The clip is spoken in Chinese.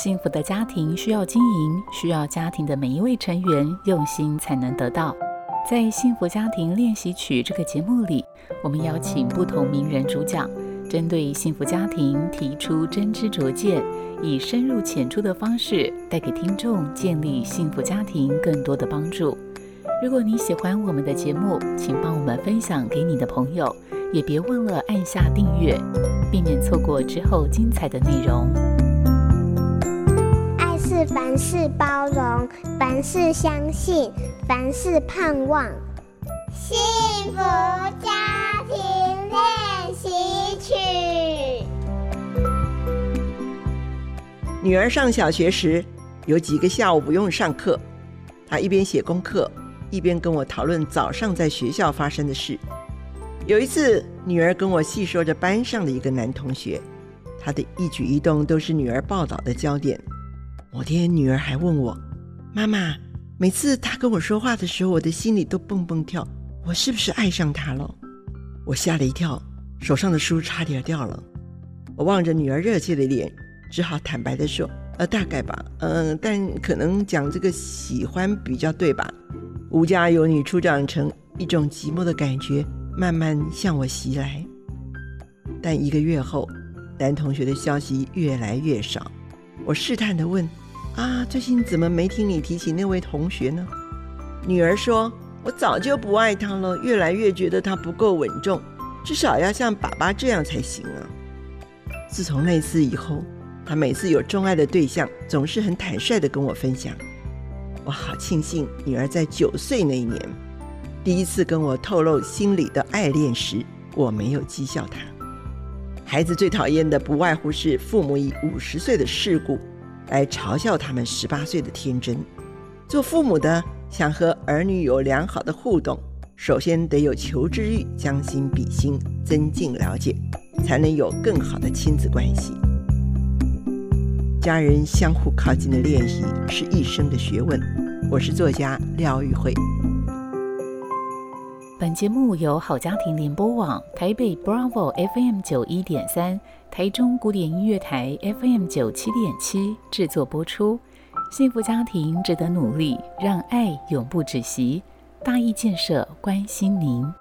幸福的家庭需要经营，需要家庭的每一位成员用心才能得到。在幸福家庭练习曲这个节目里，我们邀请不同名人主讲，针对幸福家庭提出真知灼见，以深入浅出的方式带给听众建立幸福家庭更多的帮助。如果你喜欢我们的节目，请帮我们分享给你的朋友，也别忘了按下订阅，避免错过之后精彩的内容。 爱是凡事包容，凡事相信，凡事盼望。幸福家庭练习曲。 女儿上小学时，有几个下午不用上课，她一边写功课，一边跟我讨论早上在学校发生的事。有一次，女儿跟我细说着班上的一个男同学，他的一举一动都是女儿报道的焦点。某天，女儿还问我：“妈妈，每次他跟我说话的时候，我的心里都蹦蹦跳，我是不是爱上他了？”我吓了一跳，手上的书差点掉了。我望着女儿热切的脸，只好坦白地说：“大概吧，但可能讲这个喜欢比较对吧？”无家有女初长成，一种寂寞的感觉慢慢向我袭来。但1个月后，男同学的消息越来越少。我试探地问：“最近怎么没听你提起那位同学呢？”女儿说：“我早就不爱他了，越来越觉得他不够稳重，至少要像爸爸这样才行啊。”自从那次以后，他每次有钟爱的对象，总是很坦率地跟我分享。我好庆幸女儿在9岁那一年，第一次跟我透露心里的爱恋时，我没有讥笑她。孩子最讨厌的不外乎是父母以50岁的世故来嘲笑他们18岁的天真。做父母的想和儿女有良好的互动，首先得有求知欲，将心比心，增进了解，才能有更好的亲子关系。家人相互靠近的练习是一生的学问。我是作家廖玉慧。 本节目由好家庭联播网、台北 Bravo FM91.3、台中古典音乐台 FM97.7 制作播出。幸福家庭值得努力，让爱永不止息。大义建设关心您。